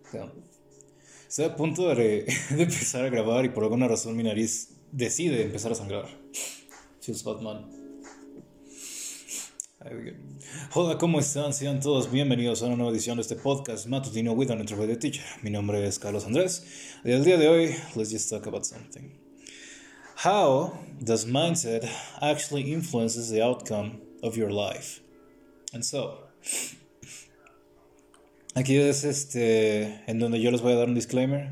sea, estoy a punto de empezar a grabar y por alguna razón mi nariz decide empezar a sangrar. Feels hot, man. Hola, ¿cómo están? Sean todos bienvenidos a una nueva edición de este podcast matutino with an introverted teacher. Mi nombre es Carlos Andrés y el día de hoy, let's just talk about something. How does mindset actually influences the outcome of your life? And so, aquí es en donde yo les voy a dar un disclaimer.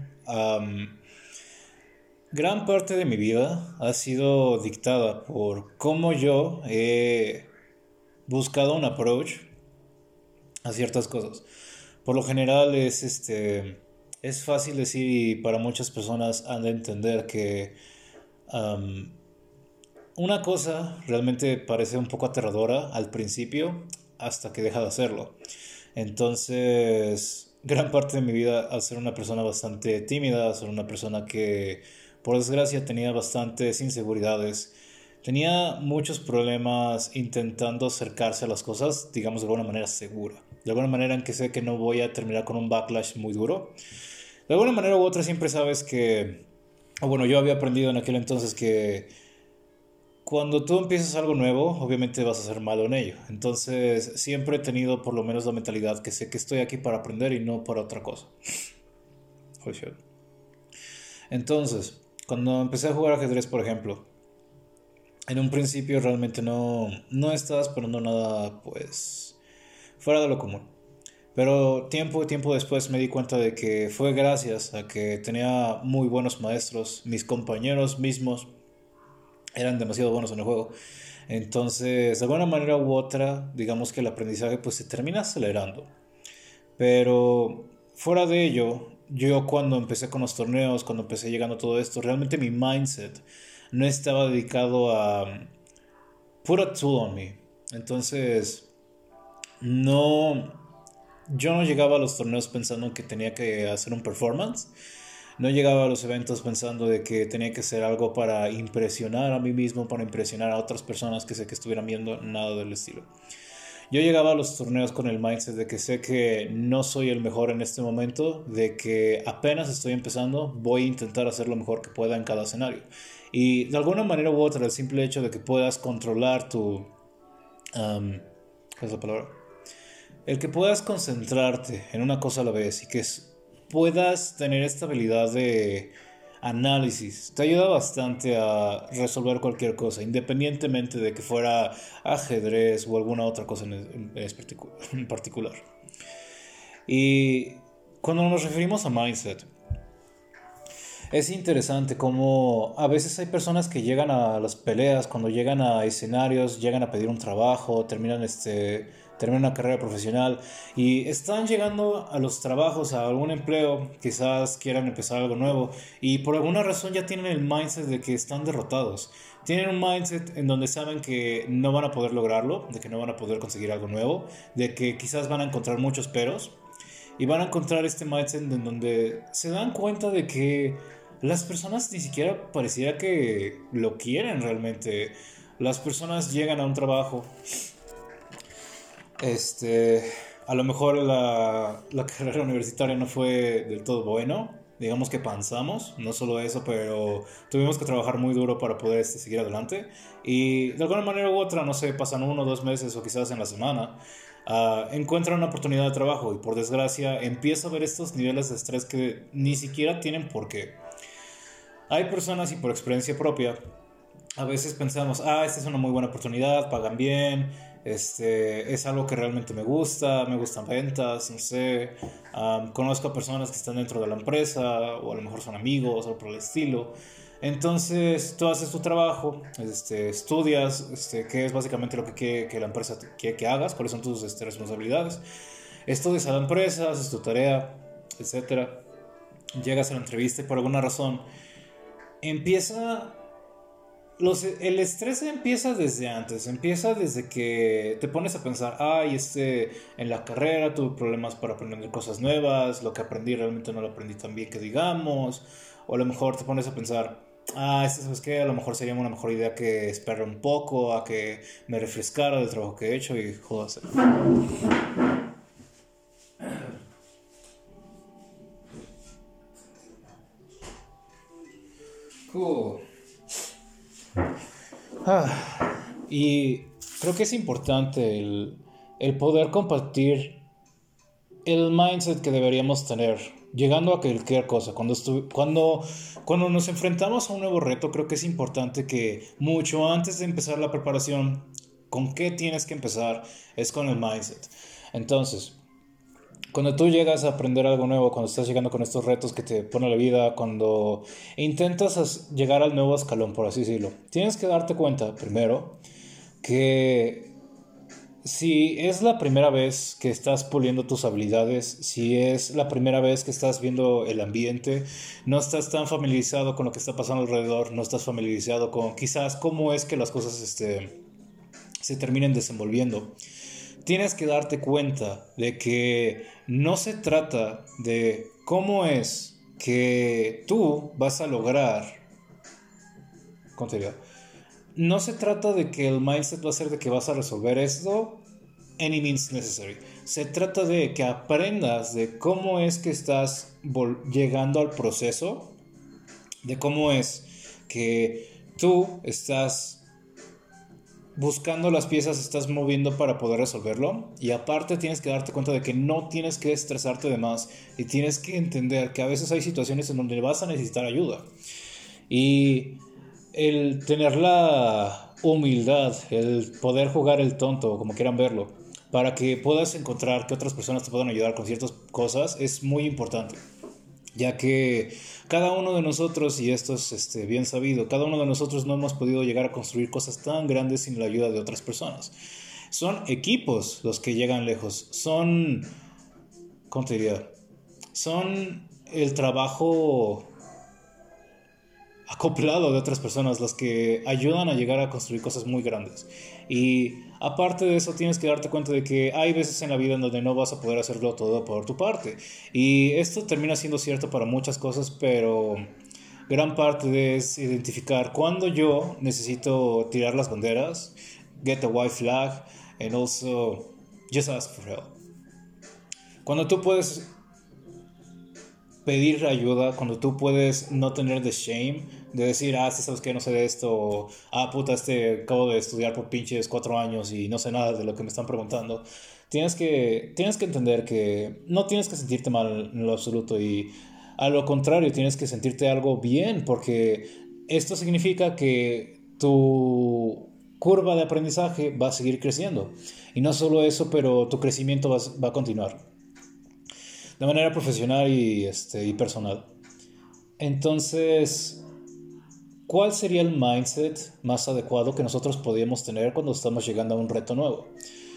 Gran parte de mi vida ha sido dictada por cómo yo he buscado un approach a ciertas cosas. Por lo general es fácil decir y para muchas personas han de entender que una cosa realmente parece un poco aterradora al principio hasta que deja de hacerlo. Entonces, gran parte de mi vida, al ser una persona bastante tímida, al ser una persona que, por desgracia, tenía bastantes inseguridades, tenía muchos problemas intentando acercarse a las cosas, digamos, de alguna manera segura. De alguna manera en que sé que no voy a terminar con un backlash muy duro. De alguna manera u otra siempre sabes que, bueno, yo había aprendido en aquel entonces que cuando tú empiezas algo nuevo, obviamente vas a ser malo en ello. Entonces, siempre he tenido por lo menos la mentalidad que sé que estoy aquí para aprender y no para otra cosa. Oh, shit. Entonces, cuando empecé a jugar ajedrez, por ejemplo, en un principio realmente no estaba esperando nada, pues, fuera de lo común. Pero tiempo después me di cuenta de que fue gracias a que tenía muy buenos maestros, mis compañeros mismos eran demasiado buenos en el juego. Entonces, de alguna manera u otra, digamos que el aprendizaje pues se termina acelerando. Pero fuera de ello, yo cuando empecé con los torneos, cuando empecé llegando a todo esto, realmente mi mindset no estaba dedicado a put a tool on me. Entonces, no, yo no llegaba a los torneos pensando que tenía que hacer un performance. No llegaba a los eventos pensando de que tenía que hacer algo para impresionar a mí mismo, para impresionar a otras personas que sé que estuvieran viendo, nada del estilo. Yo llegaba a los torneos con el mindset de que sé que no soy el mejor en este momento, de que apenas estoy empezando, voy a intentar hacer lo mejor que pueda en cada escenario. Y de alguna manera u otra, el simple hecho de que puedas controlar tu... ¿Cuál es la palabra? El que puedas concentrarte en una cosa a la vez y que puedas tener esta habilidad de análisis te ayuda bastante a resolver cualquier cosa, independientemente de que fuera ajedrez o alguna otra cosa en particular. Y cuando nos referimos a mindset, es interesante cómo a veces hay personas que llegan a las peleas, cuando llegan a escenarios, llegan a pedir un trabajo, terminan una carrera profesional y están llegando a los trabajos, a algún empleo, quizás quieran empezar algo nuevo y por alguna razón ya tienen el mindset de que están derrotados. Tienen un mindset en donde saben que no van a poder lograrlo, de que no van a poder conseguir algo nuevo, de que quizás van a encontrar muchos peros y van a encontrar este mindset en donde se dan cuenta de que las personas ni siquiera pareciera que lo quieren realmente. Las personas llegan a un trabajo, a lo mejor la carrera universitaria no fue del todo bueno, digamos que pensamos, no solo eso, pero tuvimos que trabajar muy duro para poder seguir adelante y de alguna manera u otra, no sé, pasan 1 o 2 meses o quizás en la semana, encuentran una oportunidad de trabajo y por desgracia empieza a ver estos niveles de estrés que ni siquiera tienen por qué. Hay personas y por experiencia propia a veces pensamos, esta es una muy buena oportunidad, pagan bien, es algo que realmente me gustan ventas, no sé, conozco a personas que están dentro de la empresa o a lo mejor son amigos o por el estilo. Entonces tú haces tu trabajo, estudias, qué es básicamente lo que quiere que la empresa quiere que hagas, cuáles son tus responsabilidades. Estudias a la empresa, haces tu tarea, etcétera. Llegas a la entrevista y por alguna razón empieza el estrés empieza desde antes, empieza desde que te pones a pensar, en la carrera tuve problemas para aprender cosas nuevas, lo que aprendí realmente no lo aprendí tan bien que digamos, o a lo mejor te pones a pensar, ¿sabes qué? A lo mejor sería una mejor idea que esperar un poco a que me refrescara del trabajo que he hecho y jodas. Cool. Y creo que es importante el poder compartir el mindset que deberíamos tener llegando a cualquier cosa. Cuando nos enfrentamos a un nuevo reto, creo que es importante que mucho antes de empezar la preparación, ¿con qué tienes que empezar? Es con el mindset. Entonces, cuando tú llegas a aprender algo nuevo, cuando estás llegando con estos retos que te pone la vida, cuando intentas llegar al nuevo escalón, por así decirlo, tienes que darte cuenta primero que si es la primera vez que estás puliendo tus habilidades, si es la primera vez que estás viendo el ambiente, no estás tan familiarizado con lo que está pasando alrededor, no estás familiarizado con quizás cómo es que las cosas se terminen desenvolviendo. Tienes que darte cuenta de que no se trata de cómo es que tú vas a lograr continuidad. No se trata de que el mindset va a ser de que vas a resolver esto any means necessary. Se trata de que aprendas de cómo es que estás llegando al proceso, de cómo es que tú estás buscando las piezas, estás moviendo para poder resolverlo. Y aparte tienes que darte cuenta de que no tienes que estresarte de más y tienes que entender que a veces hay situaciones en donde vas a necesitar ayuda. Y el tener la humildad, el poder jugar el tonto, como quieran verlo, para que puedas encontrar que otras personas te puedan ayudar con ciertas cosas, es muy importante. Ya que cada uno de nosotros, y esto es bien sabido, cada uno de nosotros no hemos podido llegar a construir cosas tan grandes sin la ayuda de otras personas. Son equipos los que llegan lejos, ¿cómo te diría? Son el trabajo acoplado de otras personas las que ayudan a llegar a construir cosas muy grandes. Y aparte de eso tienes que darte cuenta de que hay veces en la vida en donde no vas a poder hacerlo todo por tu parte. Y esto termina siendo cierto para muchas cosas, pero gran parte es identificar cuando yo necesito tirar las banderas, get a white flag, and also just ask for help. Cuando tú puedes pedir ayuda, cuando tú puedes no tener the shame de decir, sí, sabes que no sé de esto, o, puta, acabo de estudiar por pinches 4 años y no sé nada de lo que me están preguntando. Tienes que entender que no tienes que sentirte mal en lo absoluto, y a lo contrario, tienes que sentirte algo bien, porque esto significa que tu curva de aprendizaje va a seguir creciendo. Y no solo eso, pero tu crecimiento va a continuar de manera profesional y personal. Entonces, ¿cuál sería el mindset más adecuado que nosotros podríamos tener cuando estamos llegando a un reto nuevo?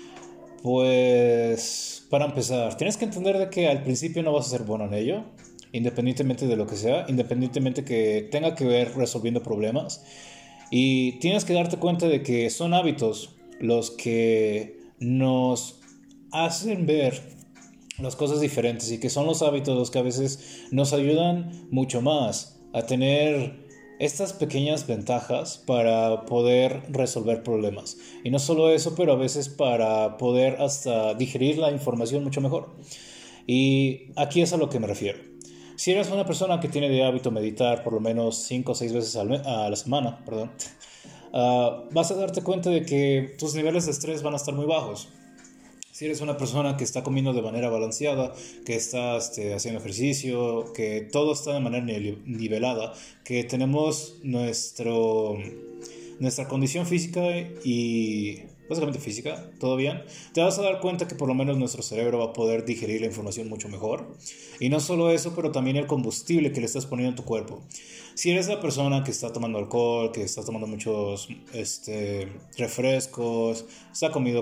Pues, para empezar, tienes que entender de que al principio no vas a ser bueno en ello, independientemente de lo que sea, independientemente que tenga que ver resolviendo problemas. Y tienes que darte cuenta de que son hábitos los que nos hacen ver las cosas diferentes, y que son los hábitos los que a veces nos ayudan mucho más a tener estas pequeñas ventajas para poder resolver problemas. Y no solo eso, pero a veces para poder hasta digerir la información mucho mejor. Y aquí es a lo que me refiero. Si eres una persona que tiene de hábito meditar por lo menos 5 o 6 veces a la semana, vas a darte cuenta de que tus niveles de estrés van a estar muy bajos. Si eres una persona que está comiendo de manera balanceada, que está haciendo ejercicio, que todo está de manera nivelada, que tenemos nuestra condición física y básicamente física, todo bien, te vas a dar cuenta que por lo menos nuestro cerebro va a poder digerir la información mucho mejor. Y no solo eso, pero también el combustible que le estás poniendo en tu cuerpo. Si eres la persona que está tomando alcohol, que está tomando muchos refrescos, está comiendo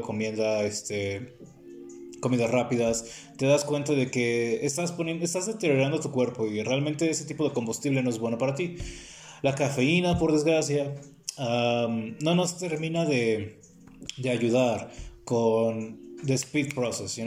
comidas rápidas, te das cuenta de que estás deteriorando tu cuerpo, y realmente ese tipo de combustible no es bueno para ti. La cafeína, por desgracia, no nos termina de ayudar con the speed process,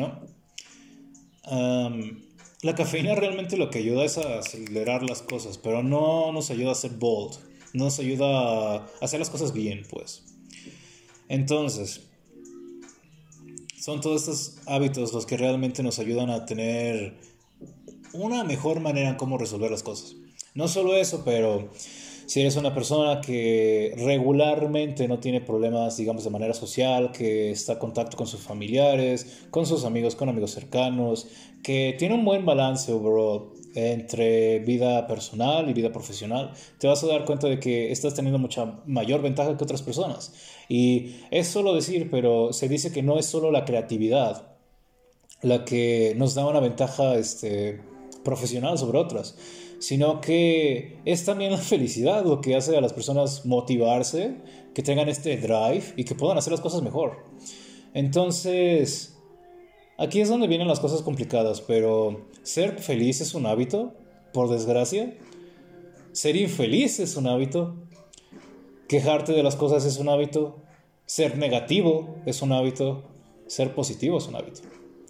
la cafeína realmente lo que ayuda es a acelerar las cosas, pero no nos ayuda a ser bold, no nos ayuda a hacer las cosas bien, pues. Entonces, son todos estos hábitos los que realmente nos ayudan a tener una mejor manera en cómo resolver las cosas. No solo eso, pero Si eres una persona que regularmente no tiene problemas, digamos, de manera social, que está en contacto con sus familiares, con sus amigos, con amigos cercanos, que tiene un buen balance overall entre vida personal y vida profesional, te vas a dar cuenta de que estás teniendo mucha mayor ventaja que otras personas. Y es solo decir, pero se dice que no es solo la creatividad la que nos da una ventaja profesional sobre otras, sino que es también la felicidad lo que hace a las personas motivarse, que tengan este drive y que puedan hacer las cosas mejor. Entonces, aquí es donde vienen las cosas complicadas, pero ser feliz es un hábito, por desgracia. Ser infeliz es un hábito. Quejarte de las cosas es un hábito. Ser negativo es un hábito. Ser positivo es un hábito.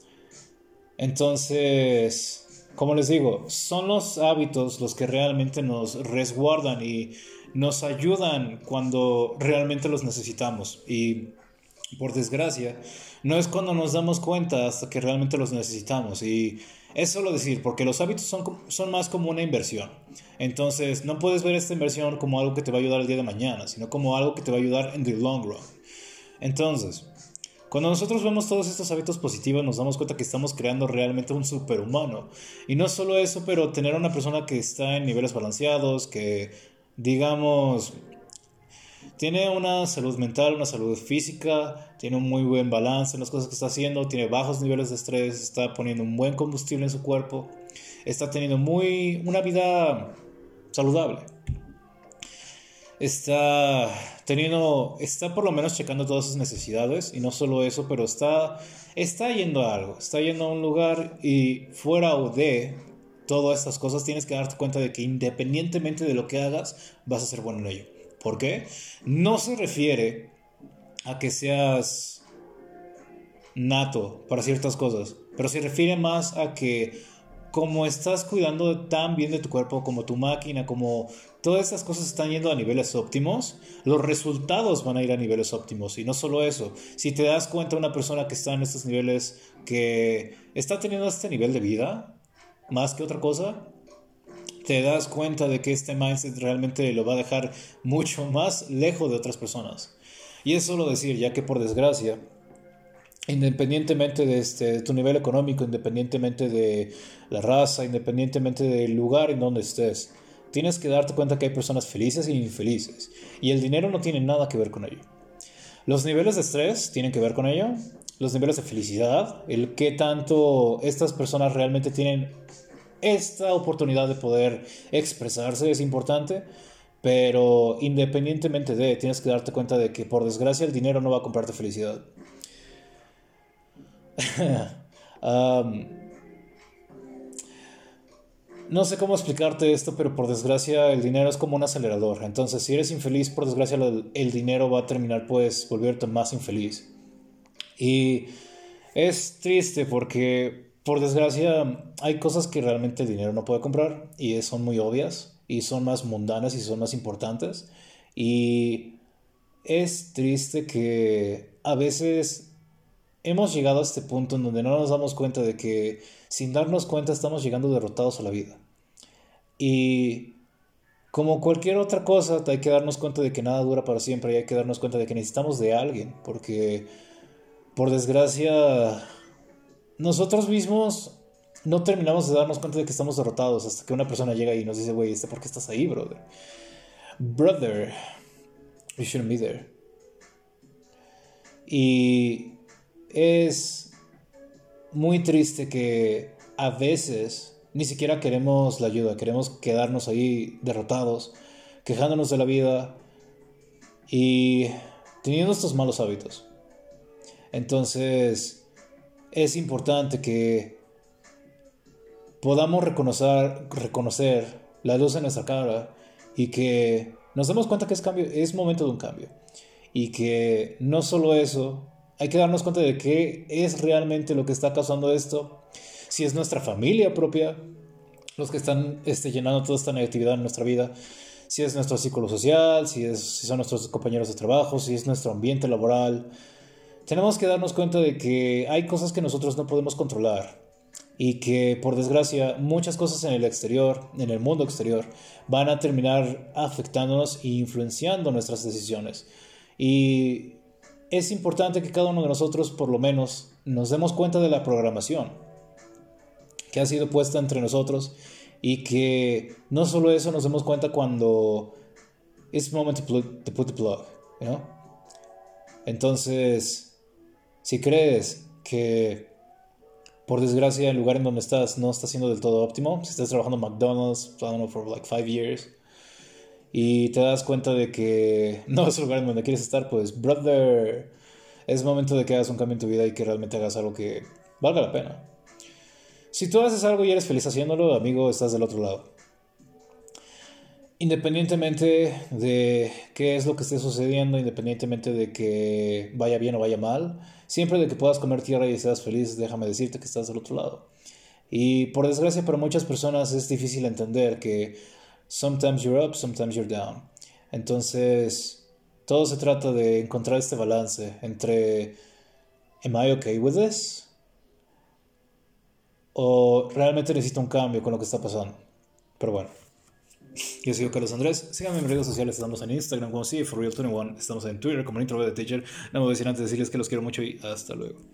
Entonces, como les digo, son los hábitos los que realmente nos resguardan y nos ayudan cuando realmente los necesitamos. Y por desgracia, no es cuando nos damos cuenta hasta que realmente los necesitamos. Y es solo decir, porque los hábitos son más como una inversión. Entonces, no puedes ver esta inversión como algo que te va a ayudar el día de mañana, sino como algo que te va a ayudar en the long run. Entonces, cuando nosotros vemos todos estos hábitos positivos, nos damos cuenta que estamos creando realmente un superhumano. Y no solo eso, pero tener una persona que está en niveles balanceados, que, digamos, tiene una salud mental, una salud física, tiene un muy buen balance en las cosas que está haciendo, tiene bajos niveles de estrés, está poniendo un buen combustible en su cuerpo, está teniendo una vida saludable. Está por lo menos checando todas sus necesidades, y no solo eso, pero está yendo a algo, está yendo a un lugar, y fuera de todas estas cosas tienes que darte cuenta de que independientemente de lo que hagas, vas a ser bueno en ello. ¿Por qué? No se refiere a que seas nato para ciertas cosas, pero se refiere más a que como estás cuidando tan bien de tu cuerpo, como tu máquina, como todas estas cosas están yendo a niveles óptimos, los resultados van a ir a niveles óptimos. Y no solo eso, si te das cuenta una persona que está en estos niveles, que está teniendo este nivel de vida, más que otra cosa, te das cuenta de que este mindset realmente lo va a dejar mucho más lejos de otras personas. Y es solo decir, ya que por desgracia, independientemente de tu nivel económico, independientemente de la raza, independientemente del lugar en donde estés, tienes que darte cuenta que hay personas felices e infelices. Y el dinero no tiene nada que ver con ello. Los niveles de estrés tienen que ver con ello. Los niveles de felicidad, el qué tanto estas personas realmente tienen esta oportunidad de poder expresarse es importante. Pero independientemente tienes que darte cuenta de que por desgracia el dinero no va a comprarte felicidad. um, no sé cómo explicarte esto, pero por desgracia el dinero es como un acelerador. Entonces, si eres infeliz, por desgracia el dinero va a terminar pues volviéndote más infeliz. Y es triste porque por desgracia hay cosas que realmente el dinero no puede comprar, y son muy obvias y son más mundanas y son más importantes. Y es triste que a veces hemos llegado a este punto en donde no nos damos cuenta de que sin darnos cuenta estamos llegando derrotados a la vida. Y como cualquier otra cosa, hay que darnos cuenta de que nada dura para siempre, y hay que darnos cuenta de que necesitamos de alguien, porque por desgracia nosotros mismos no terminamos de darnos cuenta de que estamos derrotados hasta que una persona llega y nos dice, güey, ¿por qué estás ahí, brother? Brother, you shouldn't be there. Y es muy triste que a veces ni siquiera queremos la ayuda, queremos quedarnos ahí derrotados, quejándonos de la vida y teniendo estos malos hábitos. Entonces es importante que podamos reconocer la luz en nuestra cara, y que nos demos cuenta que es momento de un cambio. Y que no solo eso, hay que darnos cuenta de qué es realmente lo que está causando esto. Si es nuestra familia propia los que están llenando toda esta negatividad en nuestra vida, si es nuestro círculo social, si son nuestros compañeros de trabajo, si es nuestro ambiente laboral. Tenemos que darnos cuenta de que hay cosas que nosotros no podemos controlar, y que por desgracia muchas cosas en el exterior, en el mundo exterior, van a terminar afectándonos e influenciando nuestras decisiones. Y es importante que cada uno de nosotros por lo menos nos demos cuenta de la programación que ha sido puesta entre nosotros y que no solo eso, nos demos cuenta cuando it's moment to put the plug, you know? Entonces, si crees que por desgracia el lugar en donde estás no está siendo del todo óptimo, si estás trabajando en McDonald's, I don't know, for like 5 years, y te das cuenta de que no es el lugar en donde quieres estar, pues brother, es momento de que hagas un cambio en tu vida y que realmente hagas algo que valga la pena. Si tú haces algo y eres feliz haciéndolo, amigo, estás del otro lado. Independientemente de qué es lo que esté sucediendo, independientemente de que vaya bien o vaya mal, siempre de que puedas comer tierra y seas feliz, déjame decirte que estás del otro lado. Y por desgracia para muchas personas es difícil entender que sometimes you're up, sometimes you're down. Entonces, todo se trata de encontrar este balance entre ¿am I okay with this? ¿O realmente necesito un cambio con lo que está pasando? Pero bueno. Yo soy Carlos Andrés, síganme en mis redes sociales, estamos en Instagram como CForReal21, estamos en Twitter como Introvert Teacher. No me voy a decir antes de decirles que los quiero mucho y hasta luego.